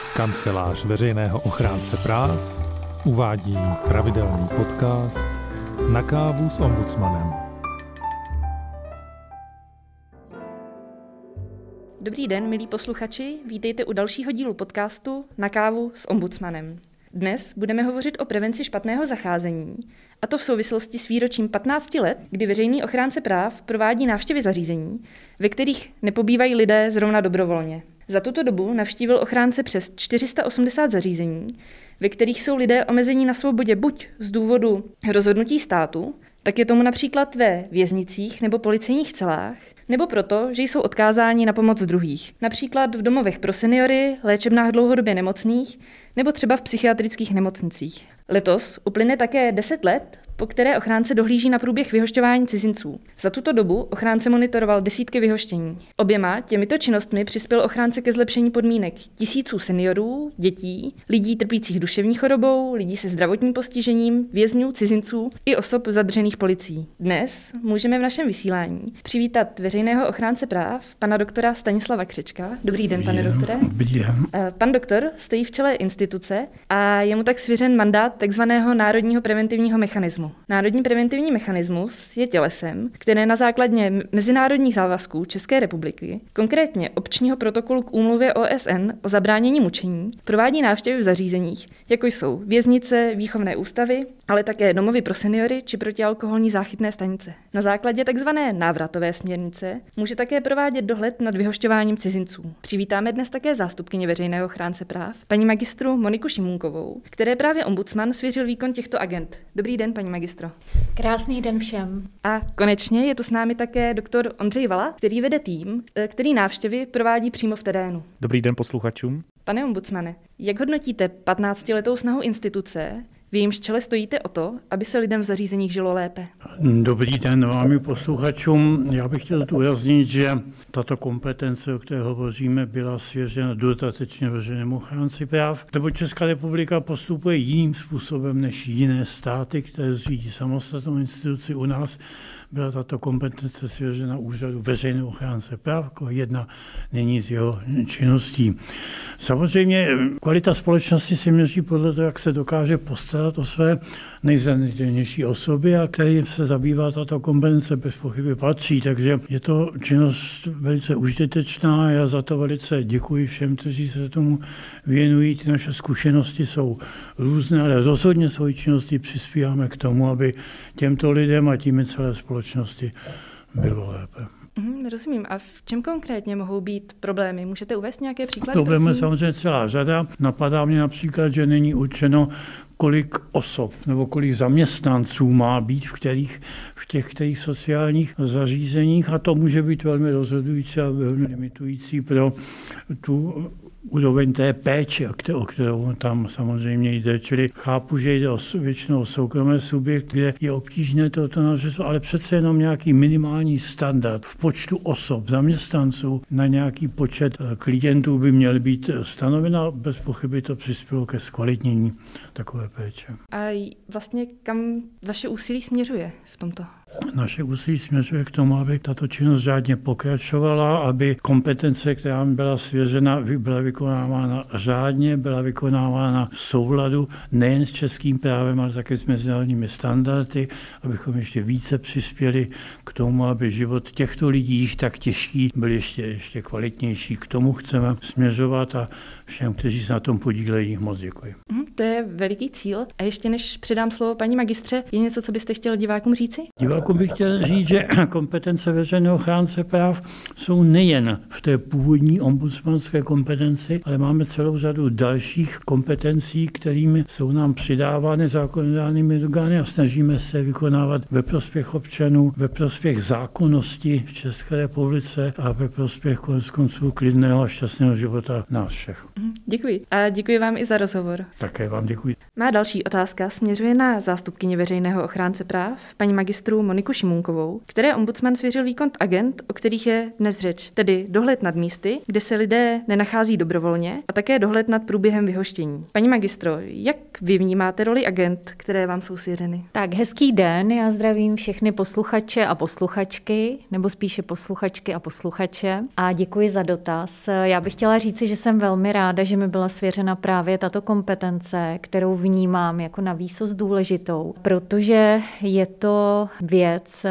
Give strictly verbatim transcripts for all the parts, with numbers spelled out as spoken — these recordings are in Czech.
Kancelář veřejného ochránce práv uvádí pravidelný podcast Na kávu s ombudsmanem. Dobrý den, milí posluchači, vítejte u dalšího dílu podcastu Na kávu s ombudsmanem. Dnes budeme hovořit o prevenci špatného zacházení, a to v souvislosti s výročím patnácti let, kdy veřejný ochránce práv provádí návštěvy zařízení, ve kterých nepobývají lidé zrovna dobrovolně. Za tuto dobu navštívil ochránce přes čtyři sta osmdesát zařízení, ve kterých jsou lidé omezení na svobodě buď z důvodu rozhodnutí státu, tak je tomu například ve věznicích nebo policejních celách, nebo proto, že jsou odkázáni na pomoc druhých, například v domovech pro seniory, léčebnách dlouhodobě nemocných nebo třeba v psychiatrických nemocnicích. Letos uplyne také deset let, po které ochránce dohlíží na průběh vyhošťování cizinců. Za tuto dobu ochránce monitoroval desítky vyhoštění. Oběma těmito činnostmi přispěl ochránce ke zlepšení podmínek tisíců seniorů, dětí, lidí trpících duševní chorobou, lidí se zdravotním postižením, vězňů, cizinců i osob zadržených policií. Dnes můžeme v našem vysílání přivítat veřejného ochránce práv, pana doktora Stanislava Křečka. Dobrý den, pane doktore. Dobrý den. Pan doktor stojí v čele instituce a je mu tak svěřen mandát takzvaného Národního preventivního mechanismu. Národní preventivní mechanismus je tělesem, které na základě mezinárodních závazků České republiky, konkrétně opčního protokolu k úmluvě O S N o zabránění mučení, provádí návštěvy v zařízeních, jako jsou věznice, výchovné ústavy, ale také domovy pro seniory či protialkoholní záchytné stanice. Na základě takzvané návratové směrnice může také provádět dohled nad vyhošťováním cizinců. Přivítáme dnes také zástupkyni veřejného ochránce práv, paní magistru Moniku Šimunkovou, které právě ombudsman svěřil výkon těchto agend. Dobrý den, paní magistro. Krásný den všem. A konečně je tu s námi také doktor Ondřej Vala, který vede tým, který návštěvy provádí přímo v terénu. Dobrý den posluchačům. Pane ombudsmane, jak hodnotíte patnáctiletou snahu instituce, v jejímž čele stojíte o to, aby se lidem v zařízeních žilo lépe? Dobrý den vám i posluchačům. Já bych chtěl zdůraznit, že tato kompetence, o které hovoříme, byla svěřena dodatečně veřejnému ochránci práv, nebo Česká republika postupuje jiným způsobem než jiné státy, které zřídí samostatnou instituci. U nás byla tato kompetence svěřena úřadu veřejného ochránce práv, jako jedna není z jeho činností. Samozřejmě kvalita společnosti se měří podle toho, jak se dokáže postarat o své nejzranitelnější osoby, a který se zabývá tato kompetence, bez pochyby patří. Takže je to činnost velice užitečná. Já za to velice děkuji všem, kteří se tomu věnují. Ty naše zkušenosti jsou různé, ale rozhodně svojí činnosti přispíváme k tomu, aby těmto lidem a tím celé společnosti bylo lépe. Mm, rozumím. A v čem konkrétně mohou být problémy? Můžete uvést nějaké příklady? Problémů je samozřejmě celá řada. Napadá mě například, že není určeno, kolik osob nebo kolik zaměstnanců má být v, kterých, v těch kterých sociálních zařízeních, a to může být velmi rozhodující a velmi limitující pro tu úroveň té péče, o kterou tam samozřejmě jde. Čili chápu, že jde o většinou soukromé subjekt, kde je obtížné toto nařizovat, ale přece jenom nějaký minimální standard v počtu osob, zaměstnanců na nějaký počet klientů by měl být stanoven, a bez pochyby to přispělo ke zkvalitnění takové péče. A vlastně kam vaše úsilí směřuje v tomto? Naše úsilí směřuje k tomu, aby tato činnost řádně pokračovala, aby kompetence, která byla svěřena, byla vykonávána řádně, byla vykonávána v souladu nejen s českým právem, ale také s mezinárodními standardy, abychom ještě více přispěli k tomu, aby život těchto lidí, již tak těžký, byl ještě, ještě kvalitnější. K tomu chceme směřovat a všem, kteří se na tom podílejí, moc děkuji. Mm, to je veliký cíl. A ještě než předám slovo paní magistře, je něco, co byste chtěl divákům říci? Divákům bych chtěl říct, že kompetence veřejného ochránce práv jsou nejen v té původní ombudsmanské kompetenci, ale máme celou řadu dalších kompetencí, kterými jsou nám přidávány zákonodárnými orgány, a snažíme se vykonávat ve prospěch občanů, ve prospěch zákonnosti v České republice a ve prospěch koneckonců klidného a šťastného života nás všech. Děkuji. A děkuji vám i za rozhovor. Také vám děkuji. Má další otázka směřuje na zástupkyni veřejného ochránce práv, paní magistru Moniku Šimunkovou, které ombudsman svěřil výkon agent, o kterých je dnes řeč, tedy dohled nad místy, kde se lidé nenachází dobrovolně, a také dohled nad průběhem vyhoštění. Paní magistro, jak vy vnímáte roli agent, které vám jsou svěřeny? Tak hezký den, já zdravím všechny posluchače a posluchačky, nebo spíše posluchačky a posluchače a děkuji za dotaz. Já bych chtěla říci, že jsem velmi ráda, že mi byla svěřena právě tato kompetence, kterou vnímám jako navýsost důležitou, protože je to věc,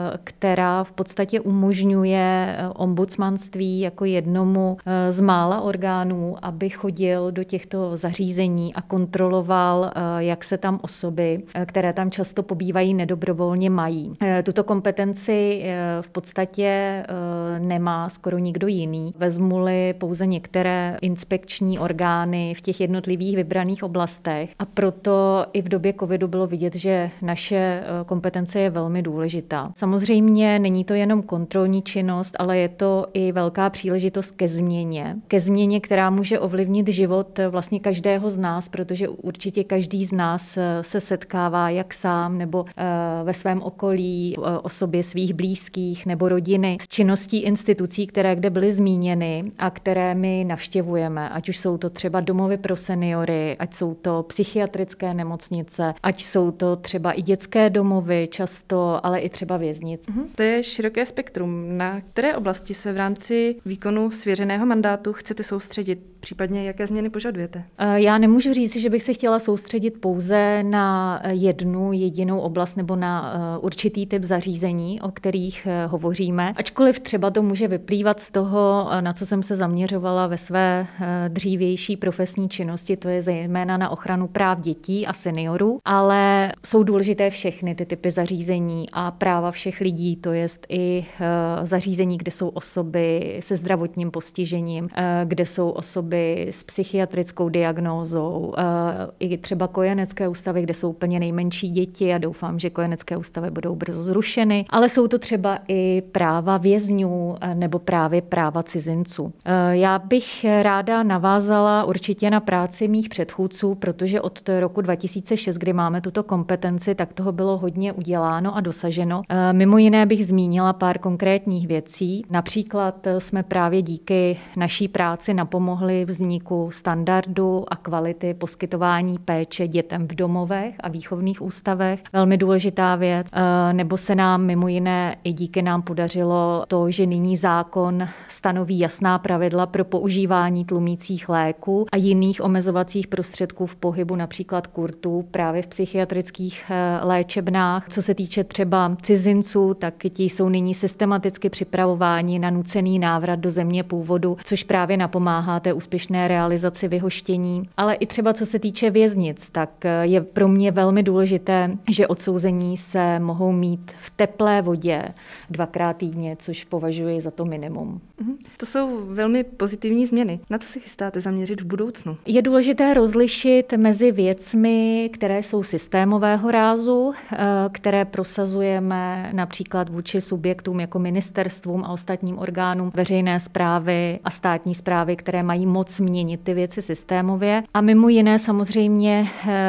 která v podstatě umožňuje ombudsmanství jako jednomu z mála orgánů, aby chodil do těchto zařízení a kontroloval, jak se tam osoby, které tam často pobývají, nedobrovolně mají. Tuto kompetenci v podstatě nemá skoro nikdo jiný. Vezmu-li pouze některé inspekční orgány v těch jednotlivých vybraných oblastech. A proto i v době covidu bylo vidět, že naše kompetence je velmi důležitá. Samozřejmě není to jenom kontrolní činnost, ale je to i velká příležitost ke změně. Ke změně, která může ovlivnit život vlastně každého z nás, protože určitě každý z nás se setkává jak sám nebo ve svém okolí, osobě svých blízkých nebo rodiny s činností institucí, které kde byly zmíněny a které my navštěvujeme. Ať už jsou to třeba domovy pro seniory, ať jsou to psychiatrické nemocnice, ať jsou to třeba i dětské domovy často, ale i třeba věznice. Uhum. To je široké spektrum. Na které oblasti se v rámci výkonu svěřeného mandátu chcete soustředit? Případně jaké změny požadujete? Já nemůžu říct, že bych se chtěla soustředit pouze na jednu jedinou oblast nebo na určitý typ zařízení, o kterých hovoříme. Ačkoliv třeba to může vyplývat z toho, na co jsem se zaměřovala ve své dřívější profesní činnosti, to je zejména na ochranu práv dětí a seniorů, ale jsou důležité všechny ty typy zařízení a práva všech lidí, to jest i zařízení, kde jsou osoby se zdravotním postižením, kde jsou osoby s psychiatrickou diagnózou, i třeba kojenecké ústavy, kde jsou úplně nejmenší děti a doufám, že kojenecké ústavy budou brzo zrušeny, ale jsou to třeba i práva vězňů nebo právě práva cizinců. Já bych ráda navázala určitě na práci mých předchůdců, protože od roku dva tisíce šest, kdy máme tuto kompetenci, tak toho bylo hodně uděláno a dosaženo. Mimo jiné bych zmínila pár konkrétních věcí. Například jsme právě díky naší práci napomohli vzniku standardu a kvality poskytování péče dětem v domovech a výchovných ústavech. Velmi důležitá věc. Nebo se nám mimo jiné i díky nám podařilo to, že nyní zákon stanoví jasná pravidla pro používání tlumících léků a jiných omezovacích prostředků v pohybu, například kurtů, právě v psychiatrických léčebnách. Co se týče třeba cizinců, tak ti jsou nyní systematicky připravováni na nucený návrat do země původu, což právě napomáhá té úspěšné realizaci vyhoštění. Ale i třeba co se týče věznic, tak je pro mě velmi důležité, že odsouzení se mohou mít v teplé vodě dvakrát týdně, což považuji za to minimum. To jsou velmi pozitivní změny. Na co se chystáte zaměřit v budoucnu? Je důležité rozlišit mezi věcmi, které jsou systémového rázu, které prosazujeme například vůči subjektům jako ministerstvům a ostatním orgánům veřejné správy a státní správy, které mají moc měnit ty věci systémově. A mimo jiné samozřejmě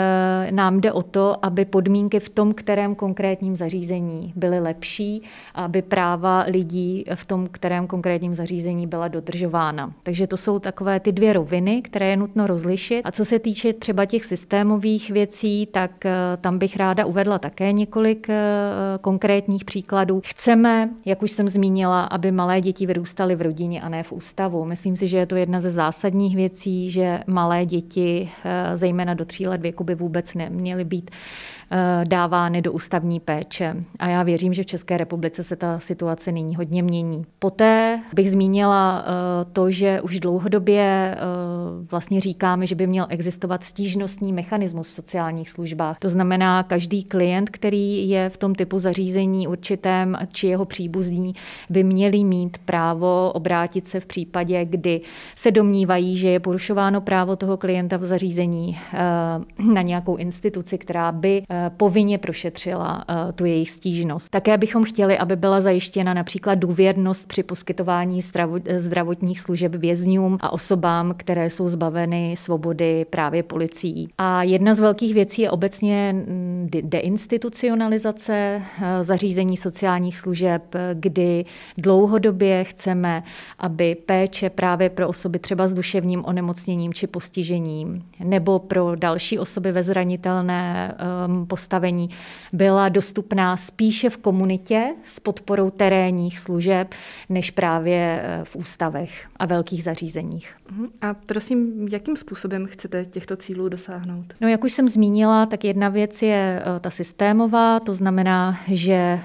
nám jde o to, aby podmínky v tom, kterém konkrétním zařízení byly lepší, aby práva lidí v tom, kterém konkrétním zařízení byla dodržována. Takže to jsou takové ty dvě roviny, které je nutno rozlišit. A co se týče třeba těch systémových věcí, tak tam bych ráda uvedla také několik konkrétních příkladů. Chceme, jak už jsem zmínila, aby malé děti vyrůstaly v rodině a ne v ústavu. Myslím si, že je to jedna ze zásadních věcí, že malé děti, zejména do tří let věku, by vůbec neměly být dávány do ústavní péče. A já věřím, že v České republice se ta situace nyní hodně mění. Poté bych zmínila to, že už dlouhodobě vlastně říkáme, že by měl existovat stížnostní mechanismus v sociálních službách. To znamená, každý klient, který je v tom typu zařízení určitém, či jeho příbuzní, by měli mít právo obrátit se v případě, kdy se domnívají, domnívají, že je porušováno právo toho klienta v zařízení na nějakou instituci, která by povinně prošetřila tu jejich stížnost. Také bychom chtěli, aby byla zajištěna například důvěrnost při poskytování zdravotních služeb vězňům a osobám, které jsou zbaveny svobody právě policií. A jedna z velkých věcí je obecně deinstitucionalizace zařízení sociálních služeb, kdy dlouhodobě chceme, aby péče právě pro osoby třeba s duševním onemocněním či postižením nebo pro další osoby ve zranitelné postavení byla dostupná spíše v komunitě s podporou terénních služeb, než právě v ústavech a velkých zařízeních. A prosím, jakým způsobem chcete těchto cílů dosáhnout? No, jak už jsem zmínila, tak jedna věc je ta systémová, to znamená, že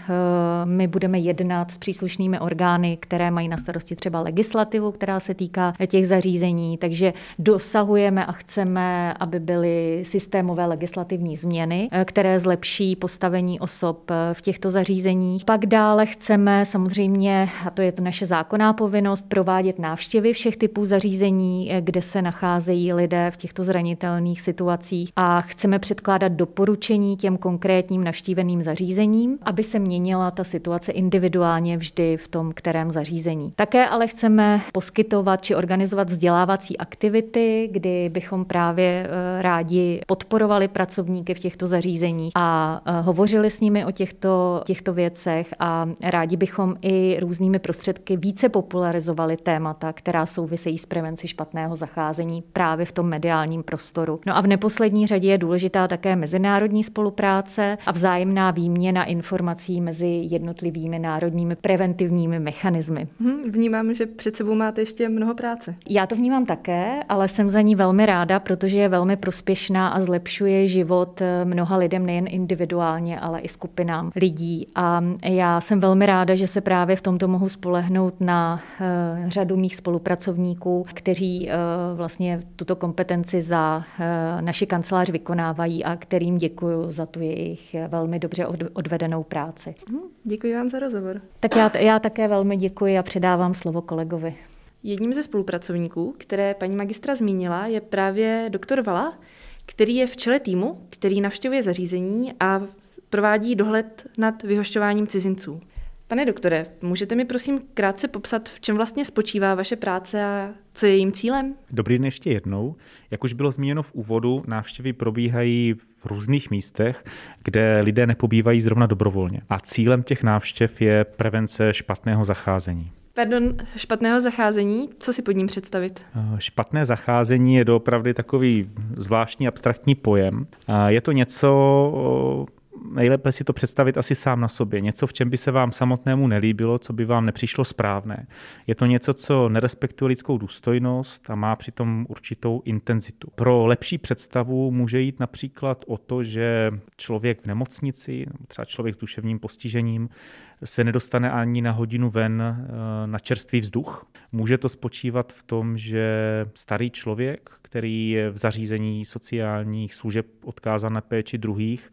my budeme jednat s příslušnými orgány, které mají na starosti třeba legislativu, která se týká těch zařízení, takže dosahujeme a chceme, aby byly systémové legislativní změny, které zlepší postavení osob v těchto zařízeních. Pak dále chceme samozřejmě, a to je to naše zákonná povinnost, provádět návštěvy všech typů zařízení, kde se nacházejí lidé v těchto zranitelných situacích a chceme předkládat doporučení těm konkrétním navštíveným zařízením, aby se měnila ta situace individuálně vždy v tom kterém zařízení. Také ale chceme poskytovat či organizovat vzdělávací aktivity, kdy bychom právě rádi podporovali pracovníky v těchto zařízeních a hovořili s nimi o těchto, těchto věcech a rádi bychom i různými prostředky více popularizovali témata, která souvisejí s prevencí špatného zacházení právě v tom mediálním prostoru. No a v neposlední řadě je důležitá také mezinárodní spolupráce a vzájemná výměna informací mezi jednotlivými národními preventivními mechanismy. Hmm, vnímám, že před sebou máte ještě mnoho práce. Já to vnímám také, ale jsem za ní velmi ráda, protože je velmi prospěšná a zlepšuje život mnoha lidem nejen individuálně, ale i skupinám lidí. A já jsem velmi ráda, že se právě v tomto mohu spolehnout na uh, řadu mých spolupracovníků, kteří uh, vlastně tuto kompetenci za uh, naši kancelář vykonávají a kterým děkuji za tu jejich velmi dobře odvedenou práci. Hmm, děkuji vám za rozhovor. Tak já, já také velmi děkuji a předávám slovo kolegovi. Jedním ze spolupracovníků, které paní magistra zmínila, je právě doktor Vala, který je v čele týmu, který navštěvuje zařízení a provádí dohled nad vyhošťováním cizinců. Pane doktore, můžete mi prosím krátce popsat, v čem vlastně spočívá vaše práce a co je jejím cílem? Dobrý den ještě jednou. Jak už bylo zmíněno v úvodu, návštěvy probíhají v různých místech, kde lidé nepobývají zrovna dobrovolně. A cílem těch návštěv je prevence špatného zacházení. Pardon, špatného zacházení? Co si pod ním představit? Špatné zacházení je doopravdy takový zvláštní abstraktní pojem. Je to něco, nejlépe si to představit asi sám na sobě. Něco, v čem by se vám samotnému nelíbilo, co by vám nepřišlo správné. Je to něco, co nerespektuje lidskou důstojnost a má přitom určitou intenzitu. Pro lepší představu může jít například o to, že člověk v nemocnici, třeba člověk s duševním postižením, se nedostane ani na hodinu ven na čerstvý vzduch. Může to spočívat v tom, že starý člověk, který je v zařízení sociálních služeb odkázán na péči druhých,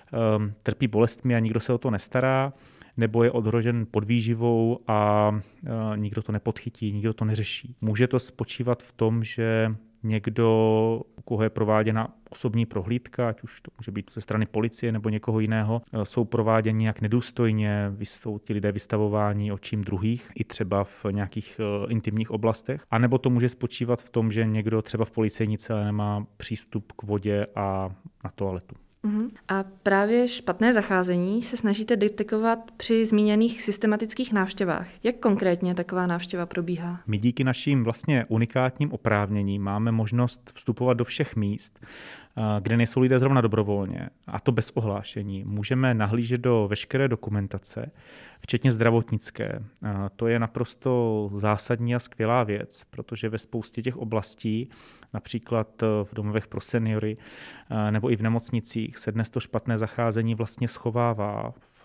trpí bolestmi a nikdo se o to nestará, nebo je ohrožen podvýživou a nikdo to nepodchytí, nikdo to neřeší. Může to spočívat v tom, že někdo, u koho je prováděna osobní prohlídka, ať už to může být ze strany policie nebo někoho jiného, jsou prováděni nějak nedůstojně, jsou ti lidé vystavováni očím druhých, i třeba v nějakých intimních oblastech. A nebo to může spočívat v tom, že někdo třeba v policejní celé nemá přístup k vodě a na toaletu. A právě špatné zacházení se snažíte detekovat při zmíněných systematických návštěvách. Jak konkrétně taková návštěva probíhá? My díky našim vlastně unikátním oprávněním máme možnost vstupovat do všech míst, kde nejsou lidé zrovna dobrovolně, a to bez ohlášení. Můžeme nahlížet do veškeré dokumentace, včetně zdravotnické. To je naprosto zásadní a skvělá věc, protože ve spoustě těch oblastí, například v domovech pro seniory nebo i v nemocnicích, se dnes to špatné zacházení vlastně schovává v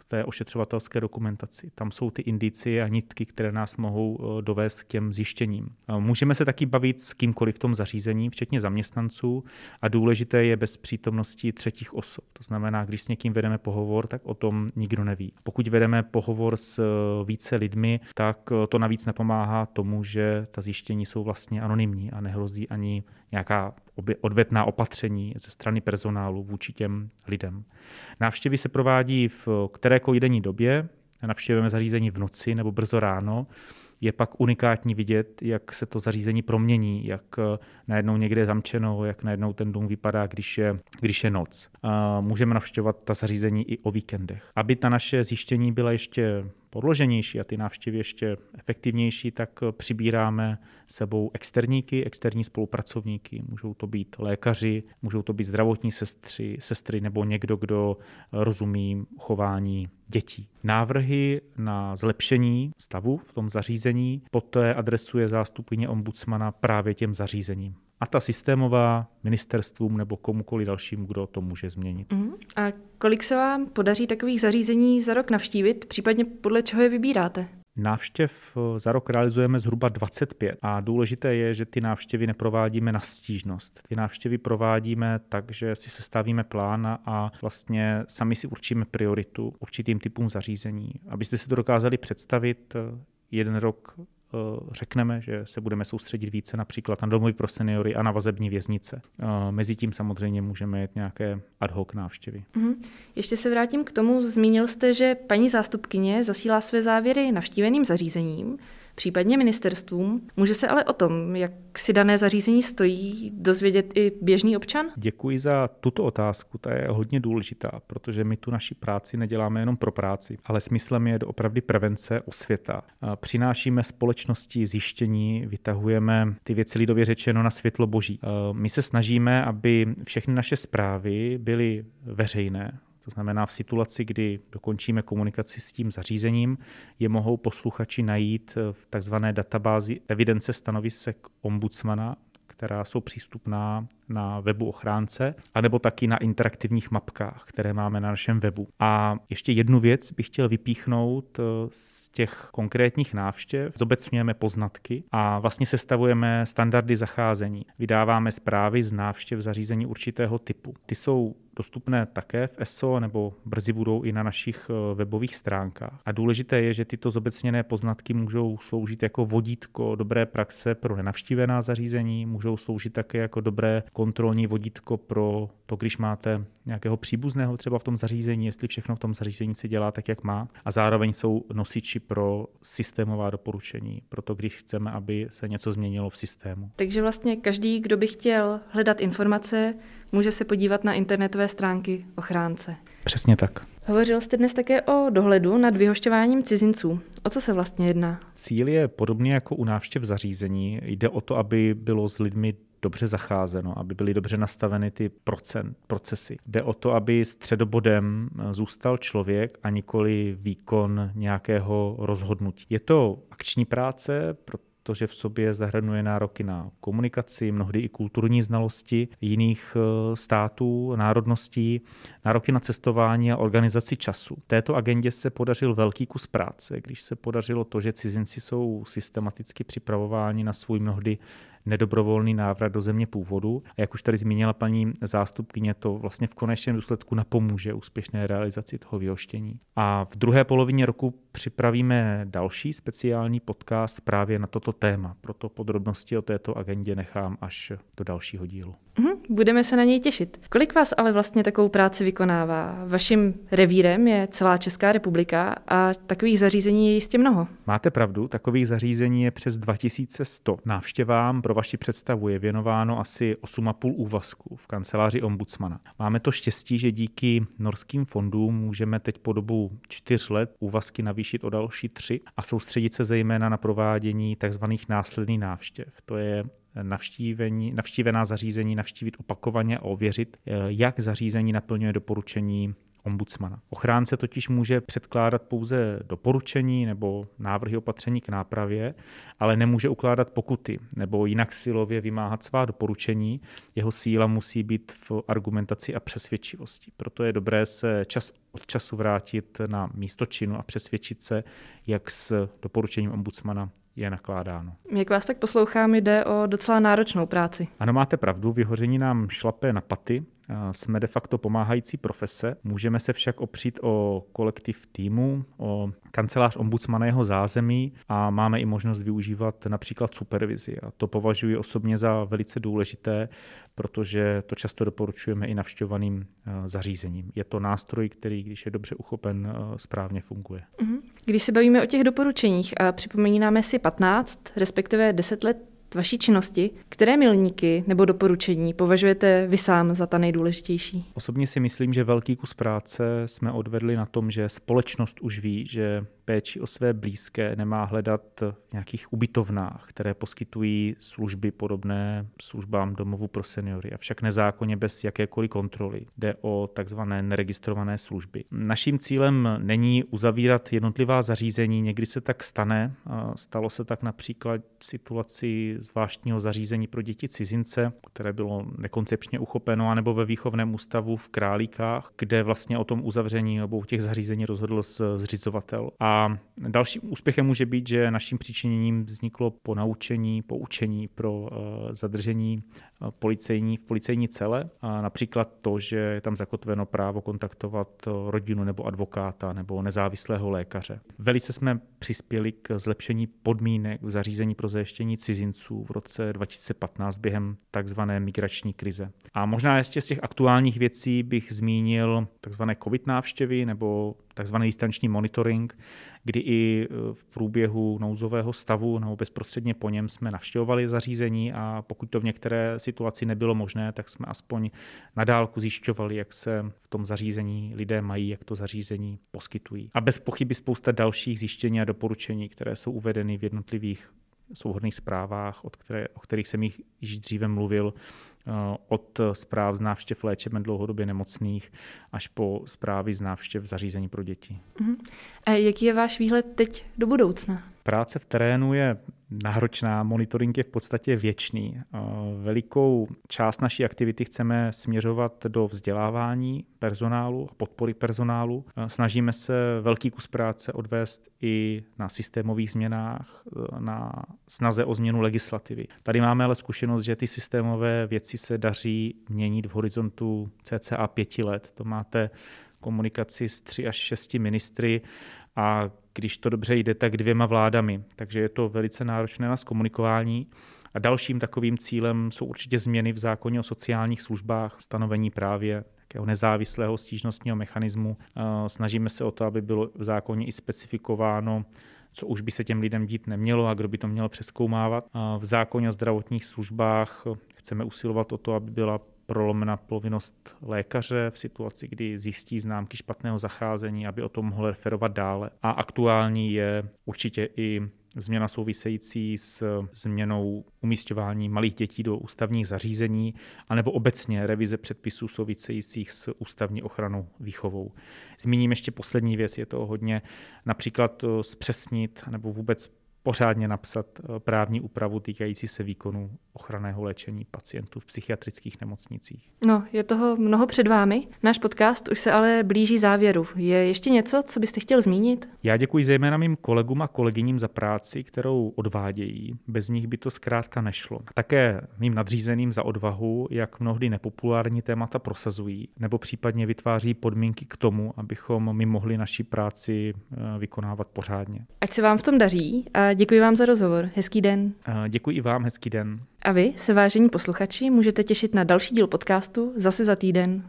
té ošetřovatelské dokumentaci. Tam jsou ty indicie a nitky, které nás mohou dovést k těm zjištěním. Můžeme se taky bavit s kýmkoliv v tom zařízení, včetně zaměstnanců, a důležité je bez přítomnosti třetích osob. To znamená, když s někým vedeme pohovor, tak o tom nikdo neví. Pokud vedeme pohovor s více lidmi, tak to navíc napomáhá tomu, že ta zjištění jsou vlastně anonymní a nehrozí ani nějaká odvetná opatření ze strany personálu vůči těm lidem. Návštěvy se provádí v kterékoliv denní době, navštěvujeme zařízení v noci nebo brzo ráno. Je pak unikátní vidět, jak se to zařízení promění, jak najednou někde je zamčeno, jak najednou ten dům vypadá, když je, když je noc. A můžeme navštěvovat ta zařízení i o víkendech. Aby ta naše zjištění byla ještě podloženější a ty návštěvy ještě efektivnější, tak přibíráme sebou externíky, externí spolupracovníky. Můžou to být lékaři, můžou to být zdravotní sestry, sestry nebo někdo, kdo rozumí chování dětí. Návrhy na zlepšení stavu v tom zařízení poté adresuje zástupkyně ombudsmana právě těm zařízením. A ta systémová ministerstvům nebo komukoliv dalšímu, kdo to může změnit. Uh-huh. A kolik se vám podaří takových zařízení za rok navštívit, případně podle čeho je vybíráte? Návštěv za rok realizujeme zhruba dvacet pět a důležité je, že ty návštěvy neprovádíme na stížnost. Ty návštěvy provádíme tak, že si sestavíme plán a vlastně sami si určíme prioritu určitým typům zařízení. Abyste si to dokázali představit, jeden rok řekneme, že se budeme soustředit více například na domovy pro seniory a na vazební věznice. Mezitím samozřejmě můžeme jít nějaké ad hoc návštěvy. Mm-hmm. Ještě se vrátím k tomu. Zmínil jste, že paní zástupkyně zasílá své závěry navštíveným zařízením, případně ministerstvům. Může se ale o tom, jak si dané zařízení stojí, dozvědět i běžný občan? Děkuji za tuto otázku, ta je hodně důležitá, protože my tu naši práci neděláme jenom pro práci, ale smyslem je doopravdy prevence, osvěta. Přinášíme společnosti zjištění, vytahujeme ty věci lidově řečeno na světlo boží. My se snažíme, aby všechny naše zprávy byly veřejné. To znamená, v situaci, kdy dokončíme komunikaci s tím zařízením, je mohou posluchači najít v takzvané databázi evidence stanovisek ombudsmana, která jsou přístupná na webu ochránce, anebo taky na interaktivních mapkách, které máme na našem webu. A ještě jednu věc bych chtěl vypíchnout z těch konkrétních návštěv. Zobecňujeme poznatky a vlastně sestavujeme standardy zacházení. Vydáváme zprávy z návštěv zařízení určitého typu. Ty jsou dostupné také v E S O nebo brzy budou i na našich webových stránkách. A důležité je, že tyto zobecněné poznatky můžou sloužit jako vodítko dobré praxe pro nenavštívená zařízení, můžou sloužit také jako dobré kontrolní vodítko pro to, když máte nějakého příbuzného třeba v tom zařízení, jestli všechno v tom zařízení se dělá tak, jak má. A zároveň jsou nosiči pro systémová doporučení, proto když chceme, aby se něco změnilo v systému. Takže vlastně každý, kdo by chtěl hledat informace, může se podívat na internetové stránky ochránce. Přesně tak. Hovořil jste dnes také o dohledu nad vyhošťováním cizinců. O co se vlastně jedná? Cíl je podobně jako u návštěv zařízení. Jde o to, aby bylo s lidmi dobře zacházeno, aby byly dobře nastaveny ty procent, procesy. Jde o to, aby středobodem zůstal člověk a nikoli výkon nějakého rozhodnutí. Je to akční práce, protože v sobě zahrnuje nároky na komunikaci, mnohdy i kulturní znalosti jiných států, národností, nároky na cestování a organizaci času. V této agendě se podařil velký kus práce, když se podařilo to, že cizinci jsou systematicky připravováni na svůj mnohdy nedobrovolný návrat do země původu. A jak už tady zmínila paní zástupkyně, to vlastně v konečném důsledku napomůže úspěšné realizaci toho vyhoštění. A v druhé polovině roku připravíme další speciální podcast právě na toto téma. Proto podrobnosti o této agendě nechám až do dalšího dílu. Budeme se na něj těšit. Kolik vás ale vlastně takovou práci vykonává? Vaším revírem je celá Česká republika a takových zařízení je jistě mnoho. Máte pravdu, takových zařízení je přes dva tisíce sto. Návštěvám pro vaši představu je věnováno asi osm a půl úvazku v kanceláři ombudsmana. Máme to štěstí, že díky norským fondům můžeme teď po dobu čtyř let úvazky navýšit o další tři a soustředit se zejména na provádění tzv. Následných návštěv. To je navštívení, navštívená zařízení navštívit opakovaně a ověřit, jak zařízení naplňuje doporučení ombudsmana. Ochránce totiž může předkládat pouze doporučení nebo návrhy opatření k nápravě, ale nemůže ukládat pokuty nebo jinak silově vymáhat svá doporučení. Jeho síla musí být v argumentaci a přesvědčivosti. Proto je dobré se čas od času vrátit na místo činu a přesvědčit se, jak s doporučením ombudsmana je nakládáno. Jak vás tak poslouchám, jde o docela náročnou práci. Ano, máte pravdu, vyhoření nám šlape na paty. Jsme de facto pomáhající profese. Můžeme se však opřít o kolektiv týmu, o kancelář ombudsmana jeho zázemí a máme i možnost využívat například supervizi. A to považuji osobně za velice důležité, protože to často doporučujeme i navštěvovaným zařízením. Je to nástroj, který, když je dobře uchopen, správně funguje. Když se bavíme o těch doporučeních a připomínáme si patnáct, respektive deset let vaší činnosti, které milníky nebo doporučení považujete vy sám za ta nejdůležitější? Osobně si myslím, že velký kus práce jsme odvedli na tom, že společnost už ví, že péči o své blízké nemá hledat v nějakých ubytovnách, které poskytují služby podobné službám domovu pro seniory, avšak nezákonně bez jakékoliv kontroly. Jde o takzvané neregistrované služby. Naším cílem není uzavírat jednotlivá zařízení, někdy se tak stane. Stalo se tak například v situaci zvláštního zařízení pro děti cizince, které bylo nekoncepčně uchopeno, anebo ve výchovném ústavu v Králíkách, kde vlastně o tom uzavření obou těch zařízení rozhodl zřizovatel. A dalším úspěchem může být, že naším přičiněním vzniklo ponaučení, poučení pro zadržení policejní v policejní cele. A například to, že je tam zakotveno právo kontaktovat rodinu nebo advokáta nebo nezávislého lékaře. Velice jsme přispěli k zlepšení podmínek v zařízení pro zajištění cizinců v roce dva tisíce patnáct během takzvané migrační krize. A možná ještě z těch aktuálních věcí bych zmínil takzvané covid návštěvy nebo takzvaný distanční monitoring, kdy i v průběhu nouzového stavu nebo bezprostředně po něm jsme navštěvovali zařízení a pokud to v některé situaci nebylo možné, tak jsme aspoň na dálku zjišťovali, jak se v tom zařízení lidé mají, jak to zařízení poskytují. A bez pochyby spousta dalších zjištění a doporučení, které jsou uvedeny v jednotlivých souhrnných zprávách, od které, o kterých jsem jich již dříve mluvil, od zpráv z návštěv léčeben dlouhodobě nemocných až po zprávy z návštěv zařízení pro děti. Uh-huh. A jaký je váš výhled teď do budoucna? Práce v terénu je náročná, monitoring je v podstatě věčný. Velikou část naší aktivity chceme směřovat do vzdělávání personálu, podpory personálu. Snažíme se velký kus práce odvést i na systémových změnách, na snaze o změnu legislativy. Tady máme ale zkušenost, že ty systémové věci se daří měnit v horizontu cca pěti let. To máte komunikaci s tři až šesti ministry a když to dobře jde, tak dvěma vládami. Takže je to velice náročné na zkomunikování. A dalším takovým cílem jsou určitě změny v zákoně o sociálních službách, stanovení právě takého nezávislého stížnostního mechanismu. Snažíme se o to, aby bylo v zákoně i specifikováno, co už by se těm lidem dít nemělo a kdo by to měl přezkoumávat. V zákoně o zdravotních službách chceme usilovat o to, aby byla prolomena povinnost lékaře v situaci, kdy zjistí známky špatného zacházení, aby o tom mohl referovat dále. A aktuální je určitě i změna související s změnou umísťování malých dětí do ústavních zařízení, anebo obecně revize předpisů souvisejících s ústavní ochranou výchovou. Zmíním ještě poslední věc, je to hodně například zpřesnit nebo vůbec pořádně napsat právní úpravu týkající se výkonu ochranného léčení pacientů v psychiatrických nemocnicích. No, je toho mnoho před vámi. Náš podcast už se ale blíží závěru. Je ještě něco, co byste chtěl zmínit? Já děkuji zejména mým kolegům a kolegyním za práci, kterou odvádějí. Bez nich by to zkrátka nešlo. Také mým nadřízeným za odvahu, jak mnohdy nepopulární témata prosazují, nebo případně vytváří podmínky k tomu, abychom my mohli naši práci vykonávat pořádně. Ať se vám v tom daří a děkuji vám za rozhovor. Hezký den. Děkuji i vám, hezký den. A vy se, vážení posluchači, můžete těšit na další díl podcastu zase za týden.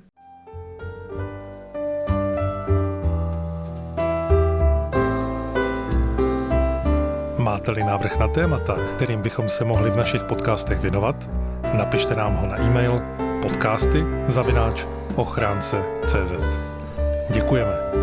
Máte-li návrh na témata, kterým bychom se mohli v našich podcastech věnovat, napište nám ho na e-mail podcasty zavináč ochránce tečka cé zet. Děkujeme.